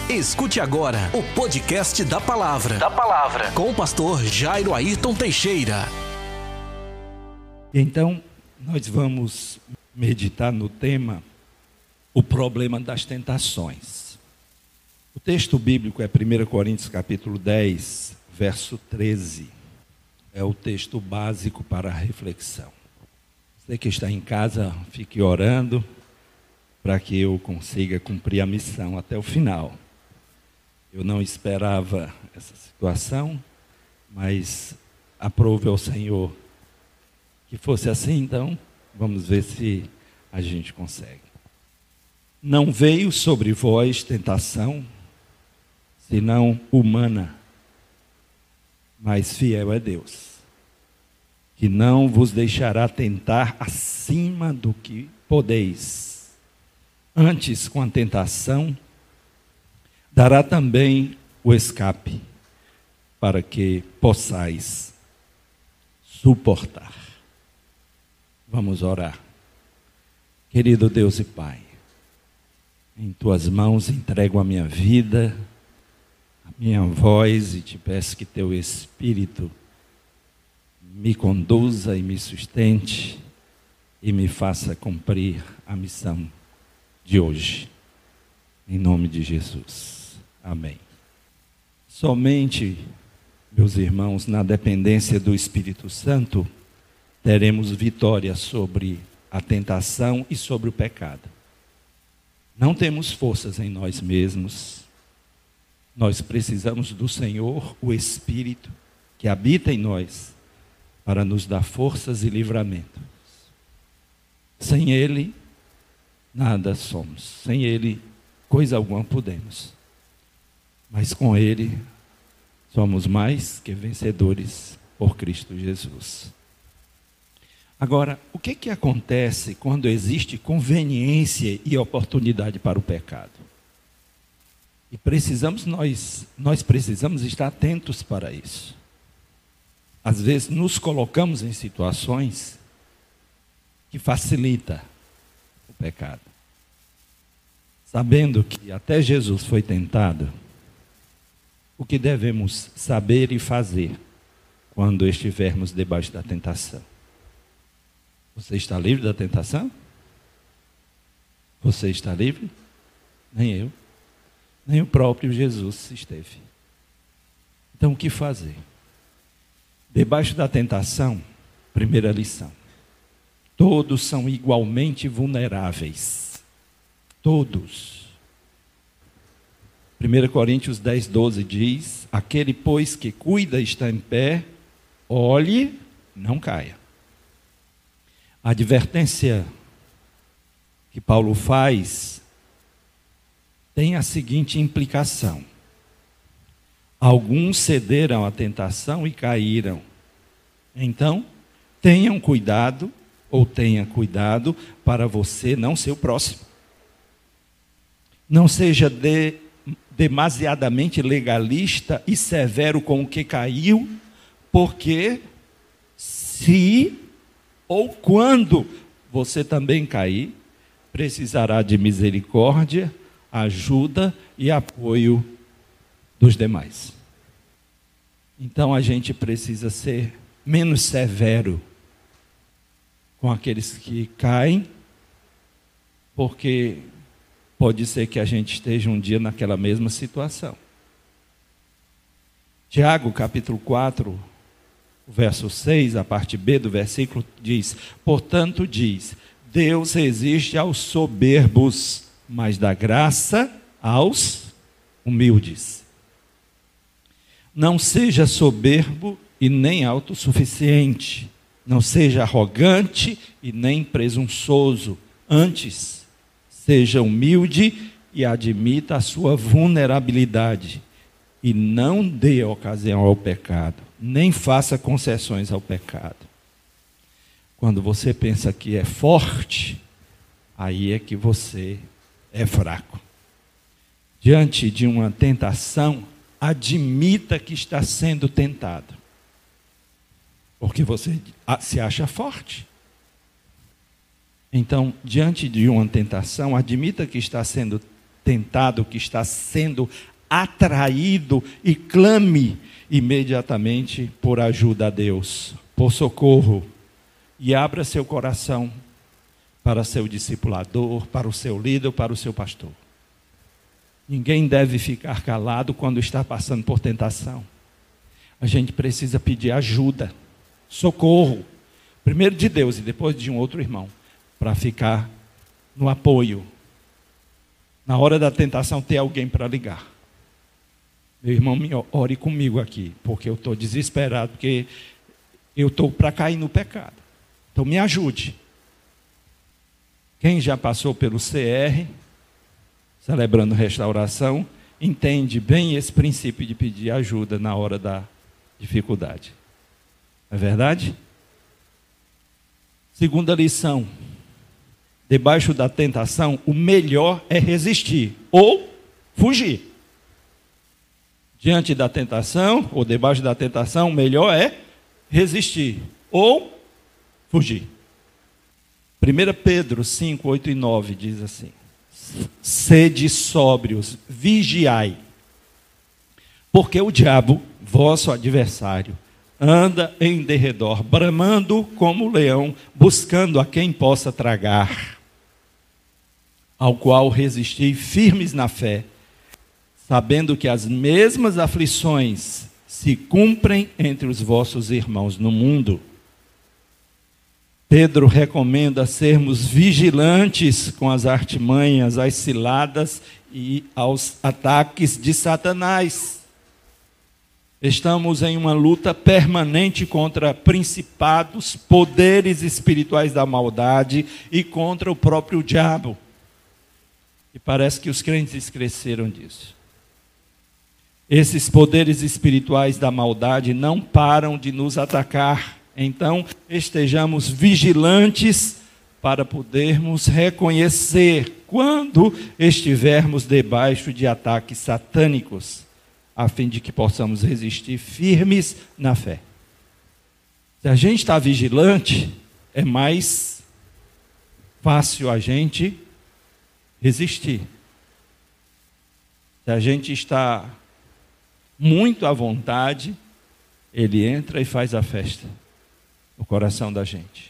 Escute agora o podcast da Palavra. Com o pastor Jairo Ayrton Teixeira. Então, nós vamos meditar no tema o problema das tentações. O texto bíblico é 1 Coríntios capítulo 10, verso 13. É o texto básico para a reflexão. Você que está em casa, fique orando para que eu consiga cumprir a missão até o final. Eu não esperava essa situação, mas aprove ao Senhor que fosse assim, então vamos ver se a gente consegue. Não veio sobre vós tentação, senão humana, mas fiel é Deus, que não vos deixará tentar acima do que podeis. Antes, com a tentação, dará também o escape, para que possais suportar. Vamos orar. Querido Deus e Pai, em Tuas mãos entrego a minha vida, a minha voz, e te peço que Teu Espírito me conduza e me sustente e me faça cumprir a missão de hoje. Em nome de Jesus. Amém. Somente, meus irmãos, na dependência do Espírito Santo, teremos vitória sobre a tentação e sobre o pecado. Não temos forças em nós mesmos. Nós precisamos do Senhor, o Espírito, que habita em nós, para nos dar forças e livramento. Sem Ele, nada somos. Sem Ele, coisa alguma podemos. Mas com Ele, somos mais que vencedores por Cristo Jesus. Agora, o que acontece quando existe conveniência e oportunidade para o pecado? E nós precisamos estar atentos para isso. Às vezes nos colocamos em situações que facilitam o pecado. Sabendo que até Jesus foi tentado, o que devemos saber e fazer quando estivermos debaixo da tentação? Você está livre da tentação? Você está livre? Nem eu, nem o próprio Jesus esteve. Então o que fazer? Debaixo da tentação, primeira lição: todos são igualmente vulneráveis. Todos. 1 Coríntios 10, 12 diz: aquele, pois, que cuida está em pé, olhe, não caia. A advertência que Paulo faz tem a seguinte implicação: alguns cederam à tentação e caíram. Então, tenha cuidado para você não ser o próximo. Não seja demasiadamente legalista e severo com o que caiu, porque se ou quando você também cair, precisará de misericórdia, ajuda e apoio dos demais. Então a gente precisa ser menos severo com aqueles que caem, porque pode ser que a gente esteja um dia naquela mesma situação. Tiago, capítulo 4, verso 6, a parte B do versículo, diz: portanto diz, Deus resiste aos soberbos, mas dá graça aos humildes. Não seja soberbo e nem autossuficiente. Não seja arrogante e nem presunçoso. Antes, seja humilde e admita a sua vulnerabilidade. E não dê ocasião ao pecado, nem faça concessões ao pecado. Quando você pensa que é forte, aí é que você é fraco. Diante de uma tentação, admita que está sendo tentado. Porque você se acha forte. Então, diante de uma tentação, admita que está sendo tentado, que está sendo atraído, e clame imediatamente por ajuda a Deus, por socorro, e abra seu coração para seu discipulador, para o seu líder, para o seu pastor. Ninguém deve ficar calado quando está passando por tentação. A gente precisa pedir ajuda, socorro, primeiro de Deus e depois de um outro irmão, para ficar no apoio. Na hora da tentação, ter alguém para ligar. Meu irmão, ore comigo aqui, porque eu estou desesperado, porque eu estou para cair no pecado. Então me ajude. Quem já passou pelo CR, celebrando restauração, entende bem esse princípio de pedir ajuda na hora da dificuldade. Não é verdade? Segunda lição. Debaixo da tentação, o melhor é resistir ou fugir. Diante da tentação, ou debaixo da tentação, o melhor é resistir ou fugir. 1 Pedro 5, 8 e 9 diz assim: sede sóbrios, vigiai, porque o diabo, vosso adversário, anda em derredor, bramando como leão, buscando a quem possa tragar, ao qual resisti firmes na fé, sabendo que as mesmas aflições se cumprem entre os vossos irmãos no mundo. Pedro recomenda sermos vigilantes com as artimanhas, as ciladas e aos ataques de Satanás. Estamos em uma luta permanente contra principados, poderes espirituais da maldade e contra o próprio diabo. E parece que os crentes esqueceram disso. Esses poderes espirituais da maldade não param de nos atacar. Então, estejamos vigilantes para podermos reconhecer quando estivermos debaixo de ataques satânicos, a fim de que possamos resistir firmes na fé. Se a gente está vigilante, é mais fácil a gente resistir. Se a gente está muito à vontade, ele entra e faz a festa no coração da gente.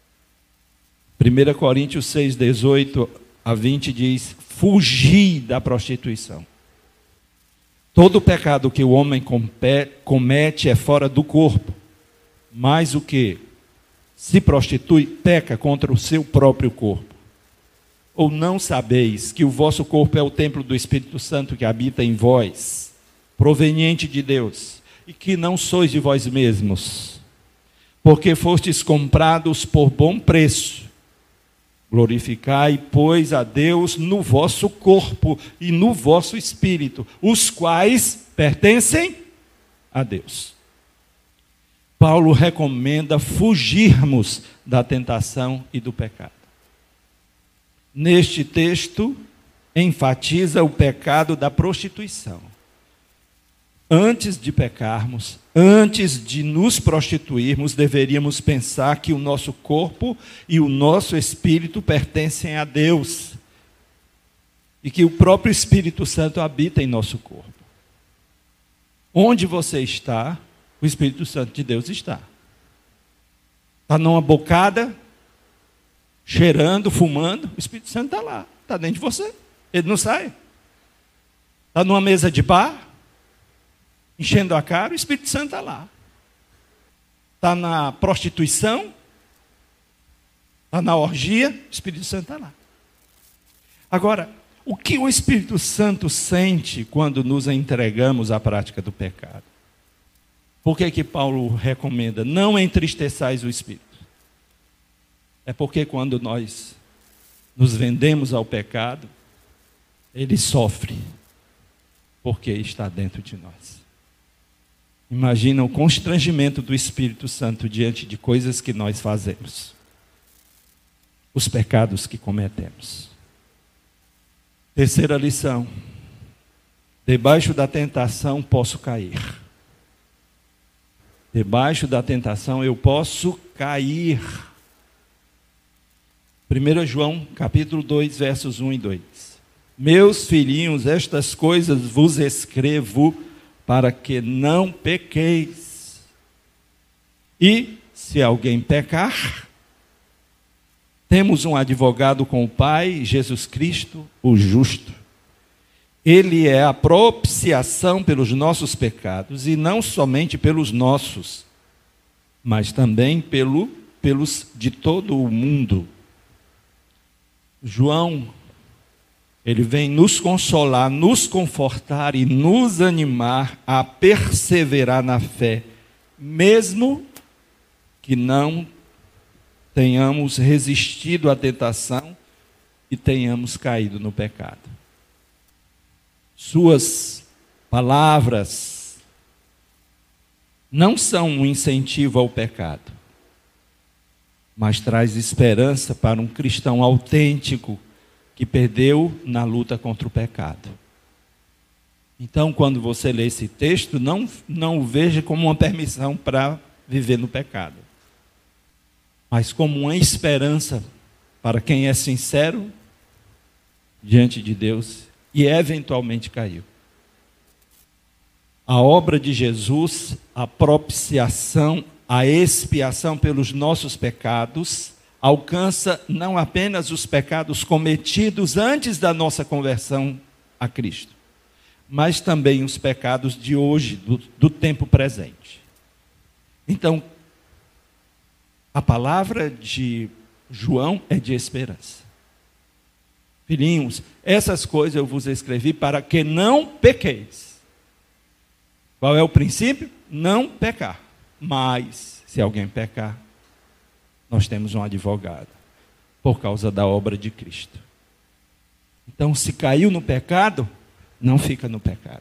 1 Coríntios 6, 18 a 20 diz: fugi da prostituição. Todo pecado que o homem comete é fora do corpo, mas o que se prostitui peca contra o seu próprio corpo. Ou não sabeis que o vosso corpo é o templo do Espírito Santo que habita em vós, proveniente de Deus, e que não sois de vós mesmos, porque fostes comprados por bom preço. Glorificai, pois, a Deus no vosso corpo e no vosso espírito, os quais pertencem a Deus. Paulo recomenda fugirmos da tentação e do pecado. Neste texto, enfatiza o pecado da prostituição. Antes de pecarmos, antes de nos prostituirmos, deveríamos pensar que o nosso corpo e o nosso espírito pertencem a Deus. E que o próprio Espírito Santo habita em nosso corpo. Onde você está, o Espírito Santo de Deus está. Está numa bocada, cheirando, fumando, o Espírito Santo está lá, está dentro de você. Ele não sai. Está numa mesa de bar, enchendo a cara, o Espírito Santo está lá. Está na prostituição, está na orgia, o Espírito Santo está lá. Agora, o que o Espírito Santo sente quando nos entregamos à prática do pecado? Por que Paulo recomenda? Não entristeçais o Espírito. É porque quando nós nos vendemos ao pecado, ele sofre, porque está dentro de nós. Imagina o constrangimento do Espírito Santo diante de coisas que nós fazemos. Os pecados que cometemos. Terceira lição. Debaixo da tentação posso cair. Debaixo da tentação eu posso cair. 1 João, capítulo 2, versos 1 e 2. Meus filhinhos, estas coisas vos escrevo para que não pequeis. E, se alguém pecar, temos um advogado com o Pai, Jesus Cristo, o justo. Ele é a propiciação pelos nossos pecados, e não somente pelos nossos, mas também pelos de todo o mundo. João, ele vem nos consolar, nos confortar e nos animar a perseverar na fé, mesmo que não tenhamos resistido à tentação e tenhamos caído no pecado. Suas palavras não são um incentivo ao pecado, mas traz esperança para um cristão autêntico que perdeu na luta contra o pecado. Então, quando você lê esse texto, não o veja como uma permissão para viver no pecado, mas como uma esperança para quem é sincero diante de Deus e eventualmente caiu. A obra de Jesus, a propiciação, a expiação pelos nossos pecados, alcança não apenas os pecados cometidos antes da nossa conversão a Cristo, mas também os pecados de hoje, do tempo presente. Então, a palavra de João é de esperança. Filhinhos, essas coisas eu vos escrevi para que não pequeis. Qual é o princípio? Não pecar. Mas, se alguém pecar, nós temos um advogado, por causa da obra de Cristo. Então, se caiu no pecado, não fica no pecado.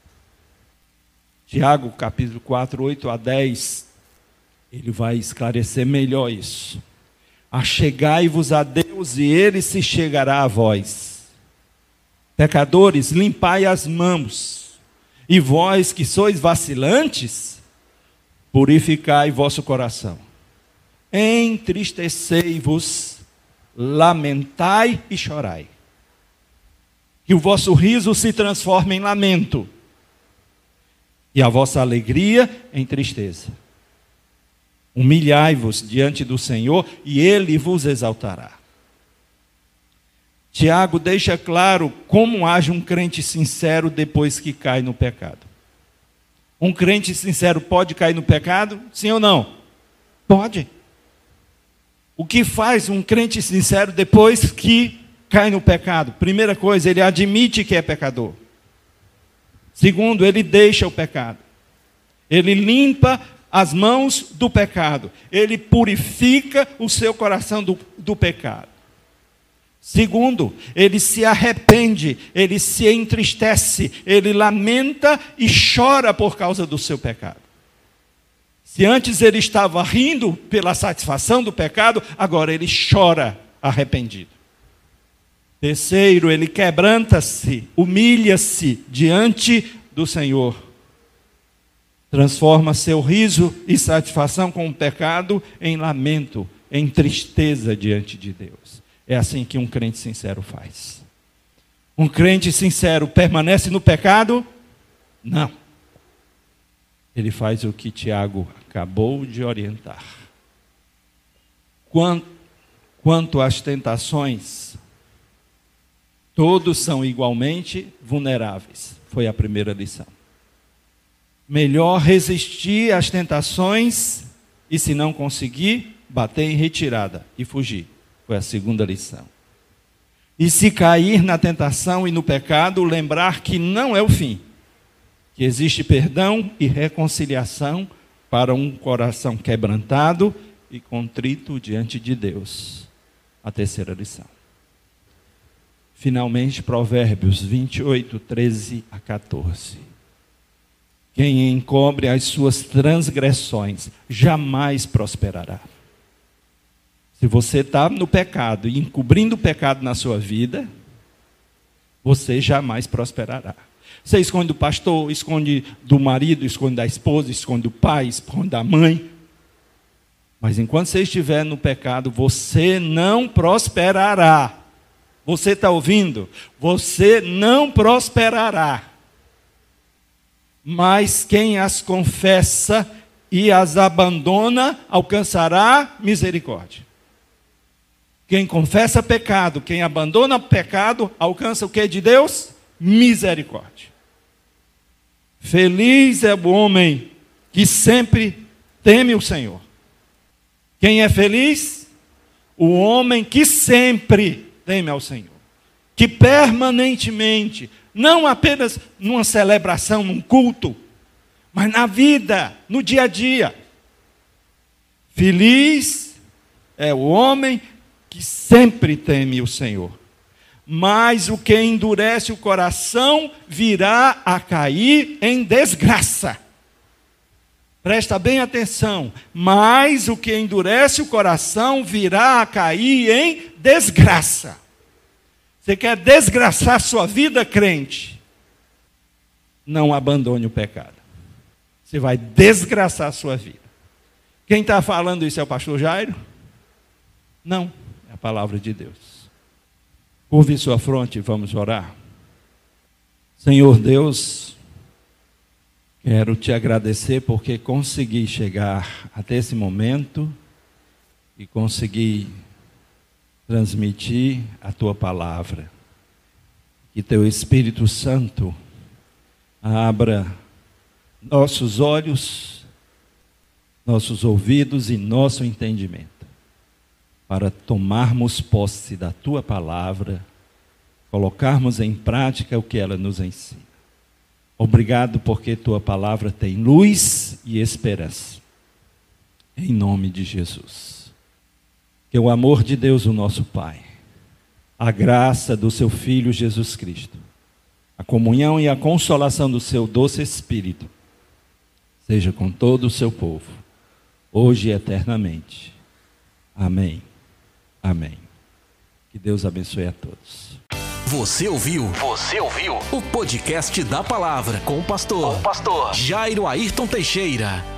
Tiago, capítulo 4, 8 a 10, ele vai esclarecer melhor isso. Achegai-vos a Deus e Ele se chegará a vós. Pecadores, limpai as mãos. E vós que sois vacilantes, purificai vosso coração. Entristecei-vos, lamentai e chorai. Que o vosso riso se transforme em lamento, e a vossa alegria em tristeza. Humilhai-vos diante do Senhor, e Ele vos exaltará. Tiago deixa claro como age um crente sincero depois que cai no pecado. Um crente sincero pode cair no pecado? Sim ou não? Pode. O que faz um crente sincero depois que cai no pecado? Primeira coisa, ele admite que é pecador. Segundo, ele deixa o pecado. Ele limpa as mãos do pecado. Ele purifica o seu coração do pecado. Segundo, ele se arrepende, ele se entristece, ele lamenta e chora por causa do seu pecado. Se antes ele estava rindo pela satisfação do pecado, agora ele chora arrependido. Terceiro, ele quebranta-se, humilha-se diante do Senhor. Transforma seu riso e satisfação com o pecado em lamento, em tristeza diante de Deus. É assim que um crente sincero faz. Um crente sincero permanece no pecado? Não. Ele faz o que Tiago acabou de orientar. Quanto às tentações, todos são igualmente vulneráveis. Foi a primeira lição. Melhor resistir às tentações e, se não conseguir, bater em retirada e fugir. Foi a segunda lição. E se cair na tentação e no pecado, lembrar que não é o fim. Que existe perdão e reconciliação para um coração quebrantado e contrito diante de Deus. A terceira lição. Finalmente, Provérbios 28, 13 a 14. Quem encobre as suas transgressões jamais prosperará. Se você está no pecado e encobrindo o pecado na sua vida, você jamais prosperará. Você esconde do pastor, esconde do marido, esconde da esposa, esconde do pai, esconde da mãe. Mas enquanto você estiver no pecado, você não prosperará. Você está ouvindo? Você não prosperará. Mas quem as confessa e as abandona, alcançará misericórdia. Quem confessa pecado, quem abandona pecado, alcança o que de Deus? Misericórdia. Feliz é o homem que sempre teme o Senhor. Quem é feliz? O homem que sempre teme ao Senhor. Que permanentemente, não apenas numa celebração, num culto, mas na vida, no dia a dia. Feliz é o homem que sempre teme o Senhor. Mas o que endurece o coração virá a cair em desgraça. Presta bem atenção. Mas o que endurece o coração virá a cair em desgraça. Você quer desgraçar sua vida, crente? Não abandone o pecado. Você vai desgraçar a sua vida. Quem está falando isso é o pastor Jairo? Não, é a palavra de Deus. Curve sua fronte e vamos orar. Senhor Deus, quero te agradecer porque consegui chegar até esse momento e consegui transmitir a tua palavra. Que teu Espírito Santo abra nossos olhos, nossos ouvidos e nosso entendimento, para tomarmos posse da tua palavra, colocarmos em prática o que ela nos ensina. Obrigado porque tua palavra tem luz e esperança. Em nome de Jesus. Que o amor de Deus, o nosso Pai, a graça do seu Filho Jesus Cristo, a comunhão e a consolação do seu doce Espírito, seja com todo o seu povo, hoje e eternamente. Amém. Amém. Que Deus abençoe a todos. Você ouviu o podcast da palavra com o pastor Jairo Ayrton Teixeira.